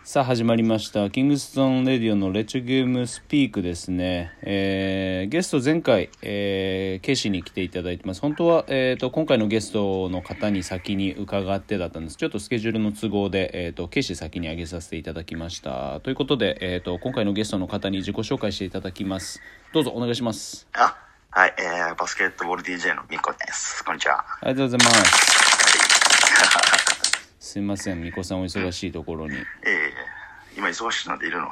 さあ始まりましたキングストンレディオのレッチゲームスピークですね。ゲスト前回、ケイシーに来ていただいてます。本当は、今回のゲストの方に先に伺ってだったんです。ちょっとスケジュールの都合で、ケイシー先に挙げさせていただきましたということで、今回のゲストの方に自己紹介していただきます。どうぞお願いします。 はい、バスケットボール DJ のミコです。こんにちは。 ありがとうございます。すいません、ミコさんお忙しいところに。 今忙しいのでいるの。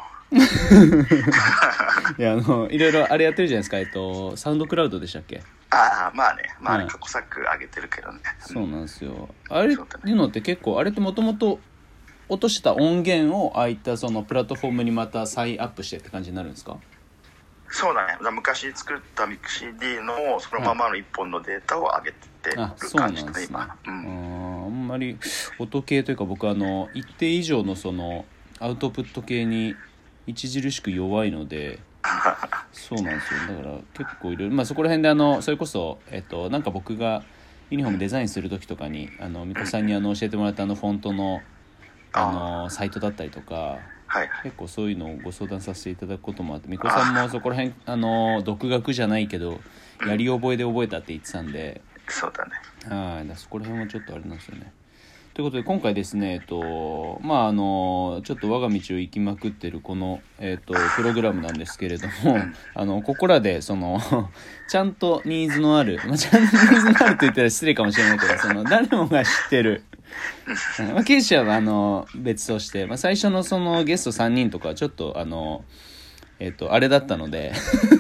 いやいろいろあれやってるじゃないですか。サウンドクラウドでしたっけ？ まあね、過去作上げてるけどね。 そうなんですよ。あれいうのって結構あれってもともと落とした音源をああいったそのプラットフォームにまた再アップしてって感じになるんですか？ そうだね。昔作ったミク CD のそのままの一本のデータを上げてる感じで今。あんまり音系というか僕一定以上のそのアウトプット系に著しく弱いのでそうなんですよ。だから結構いろいろそこら辺でそれこそなんか僕がユニフォームデザインする時とかにみこさんに教えてもらったフォントのサイトだったりとか、結構そういうのをご相談させていただくこともあって、みこさんもそこら辺独学じゃないけどやり覚えで覚えたって言ってたんで、 そうだね。 そこら辺はちょっとあれなんですよね。ということで今回ですね、ちょっと我が道を行きまくってるこの、プログラムなんですけれどもここらでちゃんとニーズのある、ちゃんとニーズのあると言ったら失礼かもしれないけど誰もが知ってるケイシは別として、最初のそのゲスト3人とかはちょっとあれだったので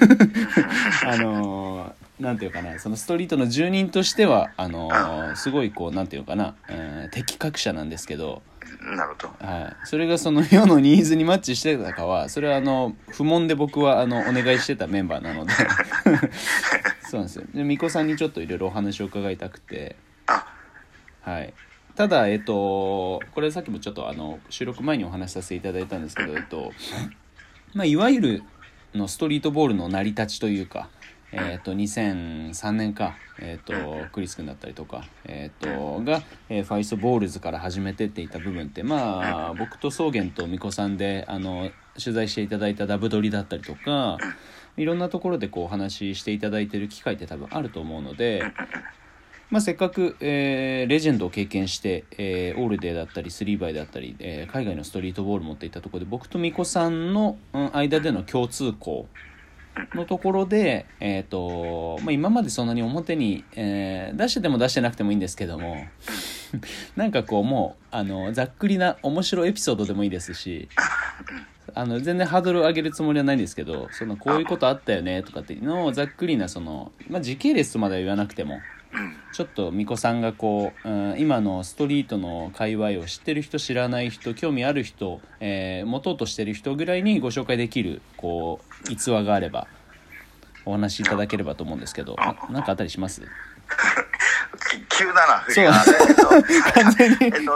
なんていうかな、そのストリートの住人としてはすごいなんていうかな、的確者なんですけど、 なるほど。 それがその世のニーズにマッチしてたかはそれは不問で僕はお願いしてたメンバーなのでそうなんですよ。でみこさんにちょっといろいろお話を伺いたくて、ただこれさっきもちょっと収録前にお話しさせていただいたんですけどいわゆるのストリートボールの成り立ちというか、2003年か、クリス君だったりとか、が、ファイストボールズから始めてっていた部分って僕と草原と美子さんで取材していただいたダブドリだったりとかいろんなところでお話ししていただいてる機会って多分あると思うので、せっかく、レジェンドを経験して、オールデーだったりスリーバイだったり、海外のストリートボール持っていったところで僕と美子さんの、間での共通項のところで、今までそんなに表に、出してても出してなくてもいいんですけどもなんかもうざっくりな面白いエピソードでもいいですし全然ハードルを上げるつもりはないんですけどこういうことあったよねとかっていうのをざっくりな時系列とまでは言わなくてもちょっと美子さんが今のストリートの界隈を知ってる人知らない人興味ある人、持とうとしてる人ぐらいにご紹介できる逸話があればお話しいただければと思うんですけど、なんかあったりします？ 急だな振りが完全にそれテ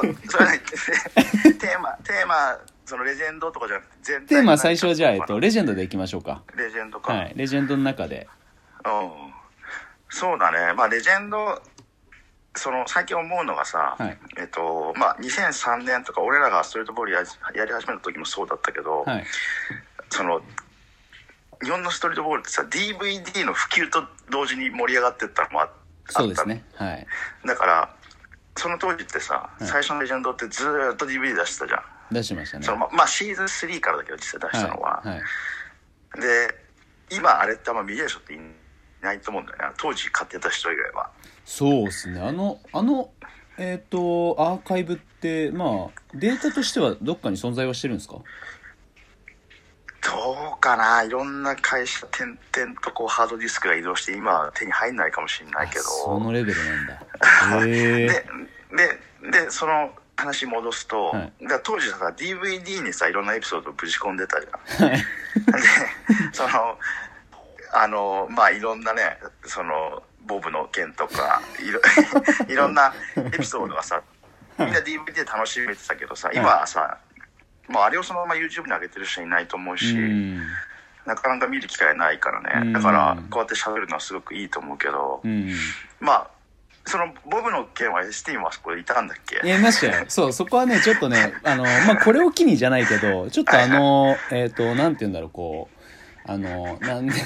ーマそのレジェンドとかじゃなくて全体テーマ最初はじゃあ、レジェンドでいきましょうか。 レジェンドか。 レジェンドの中でそうだね。レジェンド最近思うのがさ、2003年とか俺らがストリートボールやり始めた時もそうだったけど、日本のストリートボールってさ DVD の普及と同時に盛り上がってったのもあった。 そうですね。 だからその当時ってさ、最初のレジェンドってずーっと DVD 出してたじゃん。 出しましたね。 シーズン3からだけど実際出したのは、で今あれってあんま見れる人っていないと思うんだよね、当時買ってた人以外は。 そうですね。アーカイブってデータとしてはどっかに存在はしてるんですか？ どうかな、いろんな会社点々とハードディスクが移動して今は手に入んないかもしれないけど、 そのレベルなんだ。 でその話戻すと、だ当時さ DVD にさいろんなエピソードをぶち込んでたじゃん。でいろんなねボブの件とかいろんなエピソードがさみんな DVD で楽しめてたけどさ、今はさあれをそのまま YouTube に上げてる人いないと思うし、なかなか見る機会ないからね。だからこうやって喋るのはすごくいいと思うけど、 そのボブの件は ST もあそこでいたんだっけ？ いましたよ。そう、そこはね、ちょっとね、まあ、これを機にじゃないけど、ちょっとなんて言うんだろう、こう、なんで、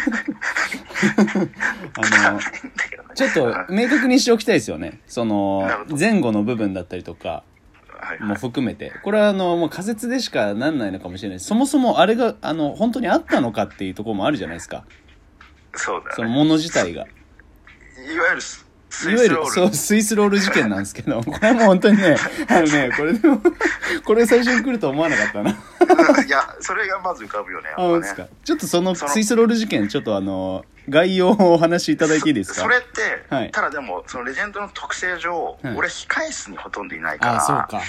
ちょっと明確にしておきたいですよね。その、前後の部分だったりとか、も含めて。これはもう仮説でしかなんないのかもしれない。そもそもあれが、本当にあったのかっていうところもあるじゃないですか。 そうだね。 そのもの自体が。 いわゆるスイスロール。 そう、スイスロール事件なんですけど、これはもう本当にね、これでも、これ最初に来ると思わなかったな。 いや、それがまず浮かぶよね。 そうですか。ちょっとそのスイスロール事件、ちょっと概要をお話しいただいていいですか？ それって、はい、ただでも、そのレジェンドの特性上、はい、俺控え室にほとんどいないから、 そうか。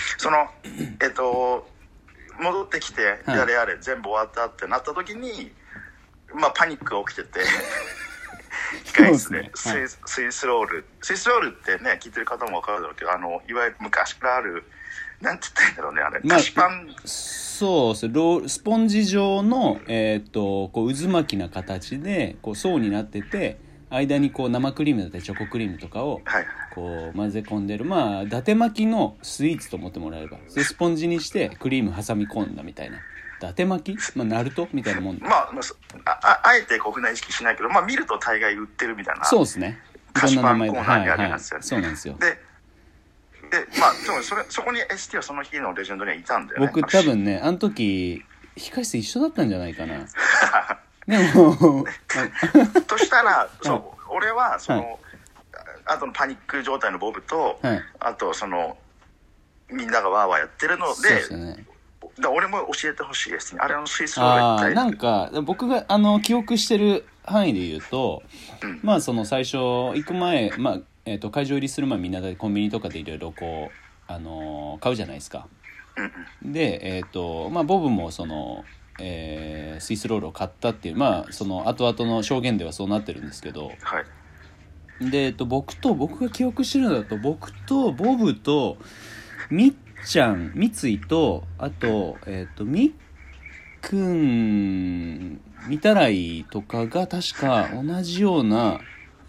戻ってきて、やれやれ、全部終わったってなった時に、まあ、パニックが起きてて、控え室で、スイスロールってね、聞いてる方も分かるだろうけど、いわゆる昔からある、なんて言ったらいいんだろうね、あれ、菓子パン。 そう、スポンジ状の、こう渦巻きな形でこう層になってて、間にこう生クリームだったりチョコクリームとかをこう混ぜ込んでる、まあ伊達巻きのスイーツと思ってもらえれば、それスポンジにしてクリーム挟み込んだみたいな、伊達巻き、まあナルトみたいなもんで、 あえて国内意識しないけど、まあ見ると大概売ってるみたいな。 そうですね。 菓子パンコーナーにありますよね。 そうなんですよ。 でまあでもそこに ST はその日のレジェンドにはいたんだよね。 僕多分ね、あの時控室一緒だったんじゃないかな。でもとしたら、俺はその、あとのパニック状態のボブと、あとそのみんながワーワーやってるので、そうですね。だ俺も教えてほしいですね。あれのスイスロールなんか僕が記憶してる範囲で言うと、まあその最初行く前、まあ会場入りする前みんなでコンビニとかでいろいろこう買うじゃないですか。でまあボブもそのスイスロールを買ったっていう、まあその後々の証言ではそうなってるんですけど、 はい、 で僕が記憶してるのだと、僕とボブとみっちゃん、三井と、あとみっくん、みたらいとかが確か同じような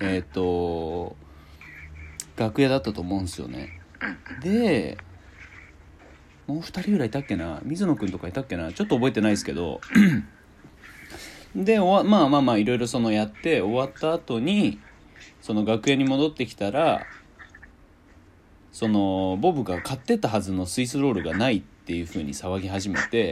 楽屋だったと思うんですよね。でもう2人ぐらいいたっけな、水野くんとかいたっけな、ちょっと覚えてないですけどでまあいろいろそのやって終わった後に、その楽屋に戻ってきたら、そのボブが買ってたはずのスイスロールがないっていう風に騒ぎ始めて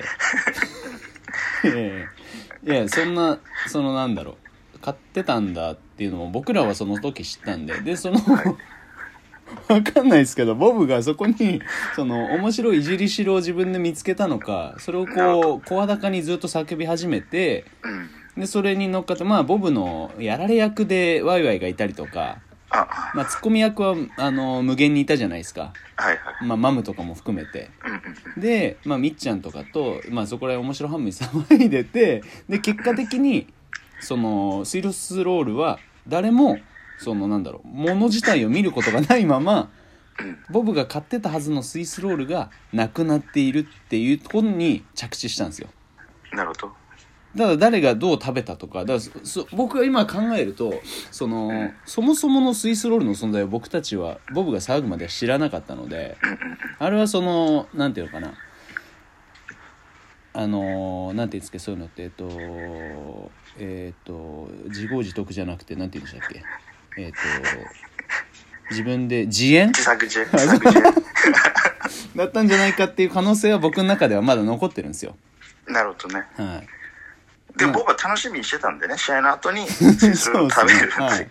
いやそのなんだろう、買ってたんだっていうのも僕らはその時知ったんで、そのわかんないですけど、ボブがそこにその面白いいじりしろを自分で見つけたのか、それをこう声高にずっと叫び始めて、でそれに乗っかって、まあボブのやられ役でワイワイがいたりとか、まあツッコミ役は無限にいたじゃないですか。まあマムとかも含めて、でまあみっちゃんとかと、まあそこらへん面白半分に騒いでて、で結果的にそのスイスロールは誰もそのなんだろう、物自体を見ることがないまま、ボブが買ってたはずのスイスロールがなくなっているっていうところに着地したんですよ。 なるほど。 だから誰がどう食べたとか、だから僕が今考えると、そもそものスイスロールの存在を僕たちはボブが騒ぐまでは知らなかったので、あれはそのなんていうのかな、なんていうんですか、そういうのって自業自得じゃなくてなんていうんでしたっけ、自分で自作自演だったんじゃないかっていう可能性は僕の中ではまだ残ってるんですよ。 なるほどね。 はい。 でも僕は楽しみにしてたんでね、試合の後にそれを食べる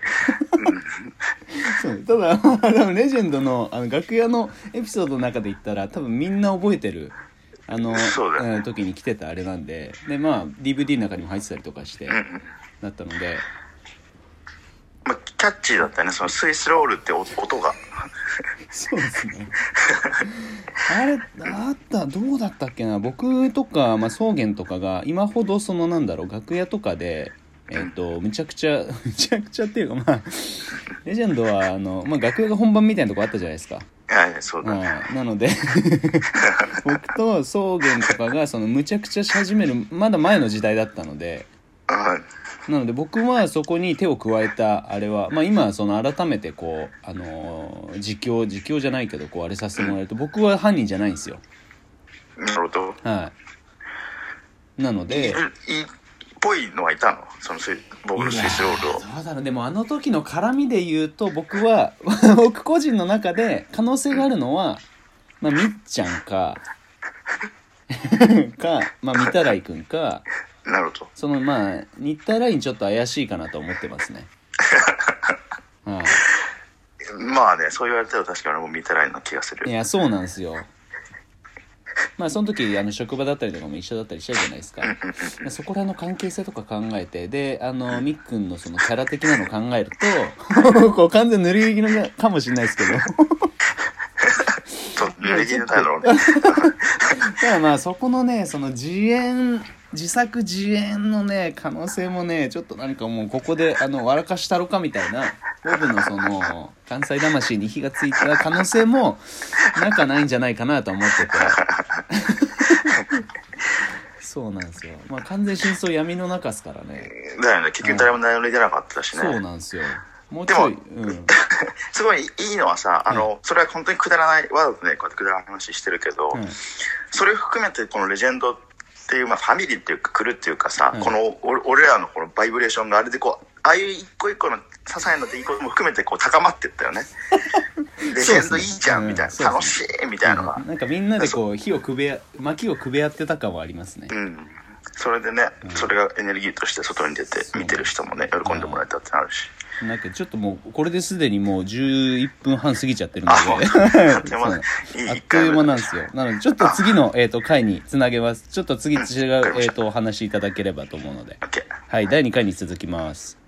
ってただレジェンドの楽屋のエピソードの中で言ったら多分みんな覚えてる時に来てたあれなんで、でまあ DVD の中にも入ってたりとかしてだったので、 まあ、キャッチーだったね、そのスイスロールって音がそうですねあれどうだったっけな、僕とか、まあ、草原とかが今ほどそのなんだろう、楽屋とかでむちゃくちゃっていうか、まあレジェンドはまあ、楽屋が本番みたいなとこあったじゃないですか。 はい、そうだね。 なので僕と草原とかがそのむちゃくちゃし始めるまだ前の時代だったので、 なので僕はそこに手を加えたあれは、まあ今その改めてこう実況じゃないけどこうあれさせてもらえると、僕は犯人じゃないんですよ。 なるほど。 はい。なのでぽいのはいたの？僕のスイスロールを。 そうだろう。でもあの時の絡みで言うと僕は僕個人の中で可能性があるのは、まあみっちゃんかまあ三田来くんか。 なるほど。 そのまあ新田ラインちょっと怪しいかなと思ってますね。はい。 まあね、そう言われたら確かに俺も見たらいいな気がする。 いや、そうなんですよ。まあその時職場だったりとかも一緒だったりしたじゃないですか。そこらの関係性とか考えて、でみっくんのそのキャラ的なの考えるとこう完全塗り切りかもしれないですけど塗り切りだろうねただまあそこのね、その自作自演のね可能性もね、ちょっと何かもうここで笑かしたろかみたいな、僕のその関西魂に火がついた可能性もなんかないんじゃないかなと思っててそうなんですよ。まあ完全真相闇の中ですからね。 だよね、結局誰も名乗り出なかったしね。 そうなんですよ。もうちょい、 すごいいいのはさ、それは本当にくだらない、わざとねこうやってくだらない話してるけど、それを含めてこのレジェンドっていう、まあ、ファミリーっていうか来るっていうかさ、この俺らのこのバイブレーションがあれでこう、ああいう一個一個の些細な出来事も含めてこう高まってったよねレジェンドいいじゃんみたいな、楽しいみたいなのが、 なんかみんなでこう薪をくべ合ってた感はありますね。 それでね、それがエネルギーとして外に出て見てる人もね喜んでもらえたってなるし、 なんかちょっともうこれですでにもう11分半過ぎちゃってるのであっという間なんですよ。なのでちょっと次の回につなげます。ちょっと次違うお話いただければと思うので、はい、第2回に続きます。